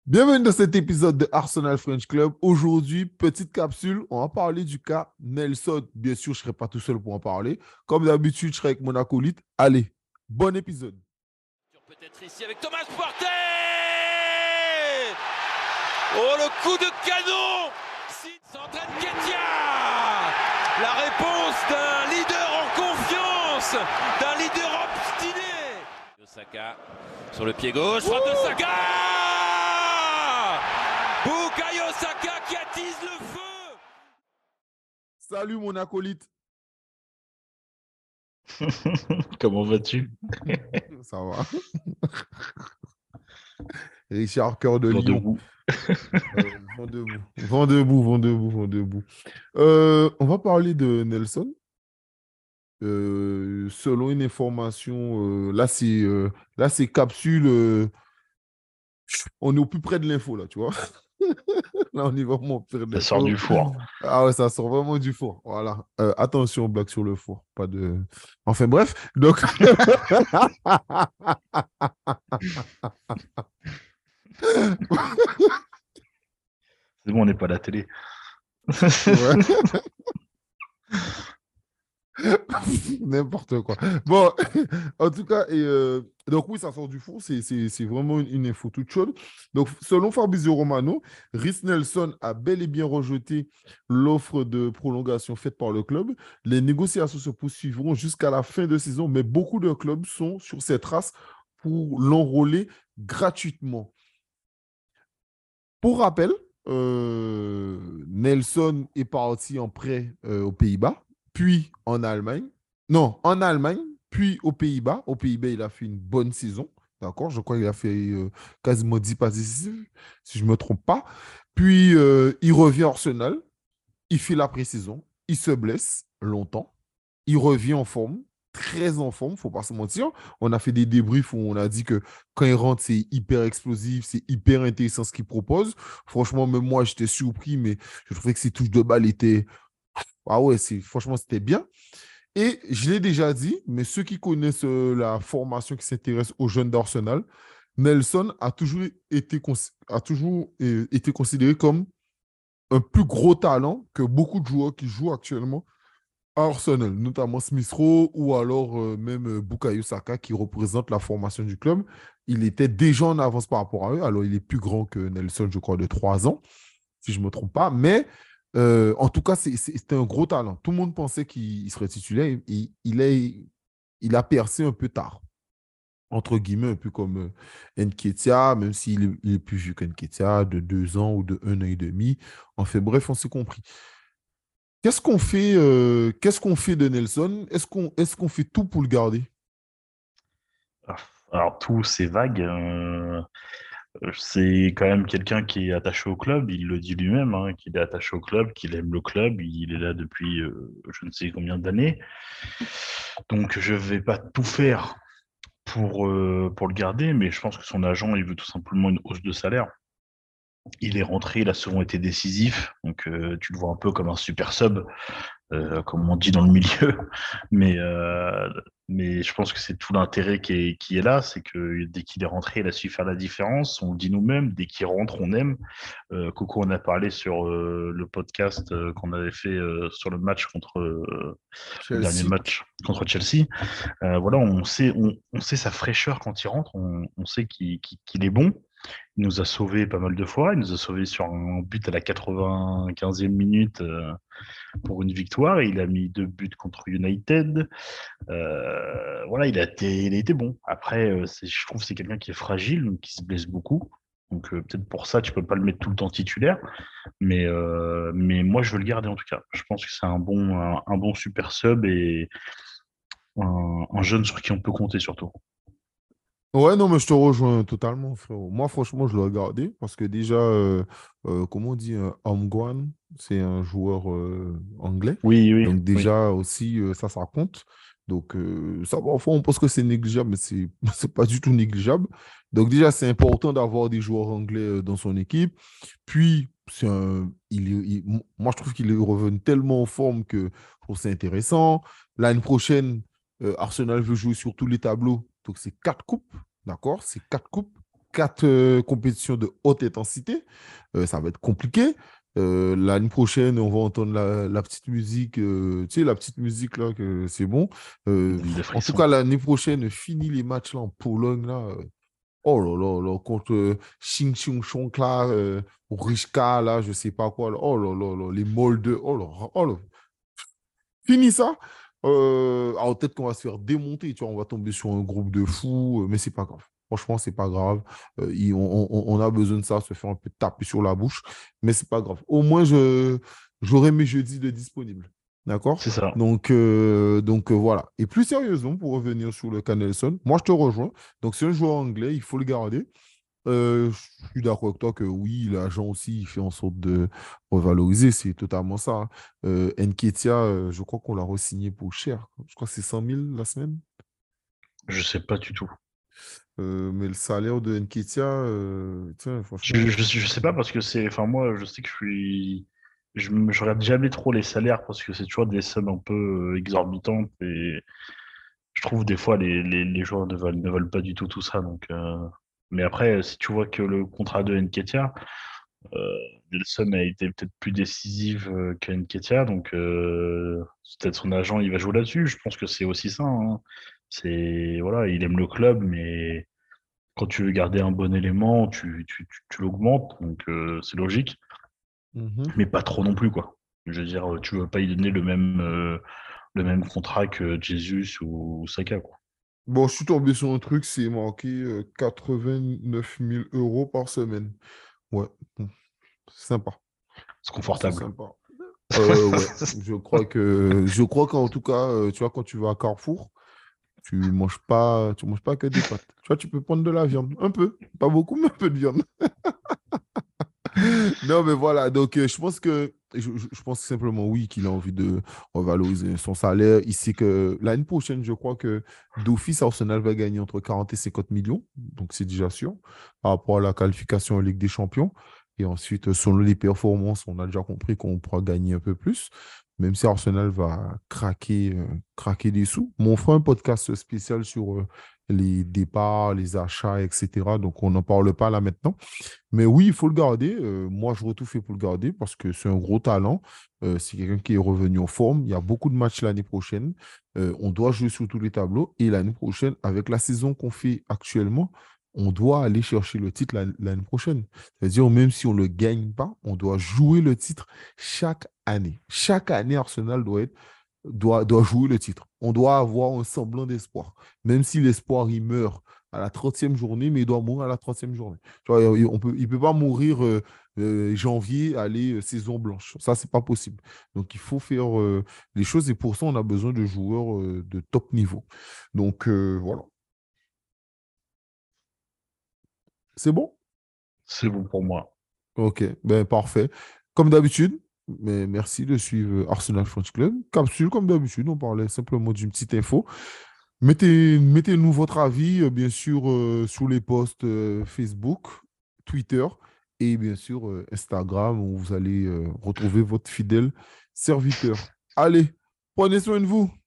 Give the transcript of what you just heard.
Bienvenue dans cet épisode de Arsenal French Club. Aujourd'hui, petite capsule, on va parler du cas Nelson. Bien sûr, je ne serai pas tout seul pour en parler. Comme d'habitude, je serai avec mon acolyte. Allez, bon épisode. Peut-être ici avec Thomas Partey. Oh, le coup de canon. S'entraîne Ketia. La réponse d'un leader en confiance, d'un leader obstiné. Osaka sur le pied gauche, frappe de Saka. Bukayo Saka qui attise le feu. Salut mon acolyte. Comment vas-tu? Ça va. Richard, cœur de Vent lion. debout. Vent debout. Vent debout, vent debout, vent debout. On va parler de Nelson. Selon une information, là c'est capsule. On est au plus près de l'info là, tu vois. Là, on est vraiment au plus près de Ça sort l'info. du four. Ah ouais, ça sort vraiment du four. Voilà. Attention, blague sur le four. Pas de. Enfin bref. Donc. C'est bon, on n'est pas à la télé. Ouais. N'importe quoi. Bon, en tout cas, donc oui, ça sort du four, c'est vraiment une info toute chaude. Donc, selon Fabrizio Romano, Reiss Nelson a bel et bien rejeté l'offre de prolongation faite par le club. Les négociations se poursuivront jusqu'à la fin de saison, mais beaucoup de clubs sont sur ces traces pour l'enrôler gratuitement. Pour rappel, Nelson est parti en prêt aux Pays-Bas, puis en Allemagne. Non, en Allemagne, puis aux Pays-Bas. Aux Pays-Bas, il a fait une bonne saison. D'accord? Je crois qu'il a fait quasiment 10 passes décisives, si je ne me trompe pas. Puis, il revient à Arsenal. Il fait la pré-saison. Il se blesse longtemps. Il revient en forme, très en forme, faut pas se mentir. On a fait des débriefs où on a dit que quand il rentre, c'est hyper explosif, c'est hyper intéressant ce qu'il propose. Franchement, même moi, j'étais surpris, mais je trouvais que ses touches de balle étaient... Ah ouais, franchement, c'était bien. Et je l'ai déjà dit, mais ceux qui connaissent la formation, qui s'intéressent aux jeunes d'Arsenal, Nelson a toujours été considéré comme un plus gros talent que beaucoup de joueurs qui jouent actuellement à Arsenal, notamment Smith Rowe ou alors même Bukayo Saka qui représente la formation du club. Il était déjà en avance par rapport à eux. Alors, il est plus grand que Nelson, je crois, de 3 ans, si je ne me trompe pas. Mais en tout cas, c'était un gros talent. Tout le monde pensait qu'il serait titulaire. Il a percé un peu tard, entre guillemets, un peu comme Nketiah, même s'il est plus vieux qu'Nketiah, de 2 ans ou de 1 an et demi. Enfin bref, on s'est compris. Qu'est-ce qu'on fait de Nelson? Est-ce qu'on fait tout pour le garder? Alors, tout, c'est vague. C'est quand même quelqu'un qui est attaché au club. Il le dit lui-même, hein, qu'il est attaché au club, qu'il aime le club. Il est là depuis je ne sais combien d'années. Donc, je vais pas tout faire pour le garder, mais je pense que son agent, il veut tout simplement une hausse de salaire. Il est rentré, il a souvent été décisif, donc tu le vois un peu comme un super sub, comme on dit dans le milieu. Mais, euh, mais je pense que c'est tout l'intérêt qui est là, c'est que dès qu'il est rentré, il a su faire la différence. On le dit nous-mêmes, dès qu'il rentre, on aime. Coco en a parlé sur le podcast qu'on avait fait sur le match le dernier Chelsea. match contre Chelsea. Voilà, on sait sa fraîcheur quand il rentre, on sait qu'il est bon. Il nous a sauvés pas mal de fois. Il nous a sauvés sur un but à la 95e minute pour une victoire. Il a mis 2 buts contre United. Voilà, il a été bon. Après, je trouve que c'est quelqu'un qui est fragile, donc qui se blesse beaucoup. Donc peut-être pour ça, tu peux pas le mettre tout le temps titulaire. Mais moi, je veux le garder en tout cas. Je pense que c'est un bon super sub et un jeune sur qui on peut compter surtout. Ouais, non, mais je te rejoins totalement, frérot. Moi, franchement, je l'ai regardé parce que déjà, comment on dit, Homgwan, c'est un joueur anglais. Oui, oui, Donc, oui. déjà aussi, ça compte. Donc, ça, parfois, on pense que c'est négligeable, mais c'est c'est pas du tout négligeable. Donc, déjà, c'est important d'avoir des joueurs anglais dans son équipe. Puis, moi, je trouve qu'il est revenu tellement en forme que je trouve ça intéressant. L'année prochaine, Arsenal veut jouer sur tous les tableaux. Donc, c'est 4 coupes. D'accord? C'est 4 coupes. 4 compétitions de haute intensité. Ça va être compliqué. L'année prochaine, on va entendre la petite musique, tu sais, la petite musique là, que c'est bon. Des En tout frissons. cas, l'année prochaine, fini les matchs là en Pologne là. Oh là là là, contre Xing Xing Chong là, Rishka là, je sais pas quoi là. Oh là là là, les Molde. Oh là, oh là. Fini ça. Alors peut-être qu'on va se faire démonter, tu vois, on va tomber sur un groupe de fous, mais c'est pas grave. Franchement, c'est pas grave. On a besoin de ça, se faire un peu taper sur la bouche, mais c'est pas grave. Au moins, j'aurai mes jeudis de disponibles. D'accord? C'est ça. Donc, voilà. Et plus sérieusement, pour revenir sur le cas Nelson, moi je te rejoins. Donc c'est un joueur anglais, il faut le garder. Je suis d'accord avec toi que oui, l'agent aussi, il fait en sorte de revaloriser, c'est totalement ça. Hein. Nketiah, je crois qu'on l'a re-signé pour cher. Je crois que c'est 100 000 la semaine. Je sais pas du tout. Mais le salaire de Nketiah, tiens, Je, franchement. je sais pas parce que c'est. Enfin, moi, je sais que je suis. Je regarde jamais trop les salaires parce que c'est toujours des sommes un peu exorbitantes et je trouve des fois les joueurs ne veulent pas du tout tout ça. Donc, mais après, si tu vois que le contrat de Nketiah, euh, Nelson a été peut-être plus décisive que Nketiah, donc c'est peut-être son agent, il va jouer là-dessus. Je pense que c'est aussi ça. Hein. C'est voilà, il aime le club, mais quand tu veux garder un bon élément, tu l'augmentes, donc c'est logique, Mhm. mais pas trop non plus, quoi. Je veux dire, tu veux pas y donner le même contrat que Jesus ou Saka, quoi. Bon, je suis tombé sur un truc, c'est marqué 89 000 € par semaine. Ouais, bon, c'est sympa. C'est C'est confortable. sympa. Ouais, je crois qu'en tout cas, tu vois, quand tu vas à Carrefour, tu manges pas que des pâtes. Tu vois, tu peux prendre de la viande, un peu, pas beaucoup, mais un peu de viande. Non, mais voilà, donc je pense simplement oui qu'il a envie de revaloriser son salaire. Il sait que l'année prochaine, je crois que d'office, Arsenal va gagner entre 40 et 50 millions, donc c'est déjà sûr, par rapport à la qualification en Ligue des Champions. Et ensuite, selon les performances, on a déjà compris qu'on pourra gagner un peu plus, même si Arsenal va craquer des sous. Mais on fera un podcast spécial sur les départs, les achats, etc. Donc, on n'en parle pas là maintenant. Mais oui, il faut le garder. Moi, j'aurais tout fait pour le garder parce que c'est un gros talent. C'est quelqu'un qui est revenu en forme. Il y a beaucoup de matchs l'année prochaine. On doit jouer sur tous les tableaux. Et l'année prochaine, avec la saison qu'on fait actuellement, on doit aller chercher le titre l'année prochaine. C'est-à-dire, même si on ne le gagne pas, on doit jouer le titre chaque année. Chaque année, Arsenal doit jouer le titre. On doit avoir un semblant d'espoir. Même si l'espoir, il meurt à la 30e journée, mais il doit mourir à la 30e journée. Tu vois, il peut pas mourir janvier, aller saison blanche. Ça, c'est pas possible. Donc, il faut faire les choses et pour ça, on a besoin de joueurs de top niveau. Donc, voilà. C'est bon? C'est bon pour moi. Ok, ben parfait. Comme d'habitude, mais merci de suivre Arsenal French Club. Capsule, comme d'habitude, on parlait simplement d'une petite info. Mettez-nous votre avis, bien sûr, sur les posts Facebook, Twitter et bien sûr Instagram où vous allez retrouver votre fidèle serviteur. Allez, prenez soin de vous.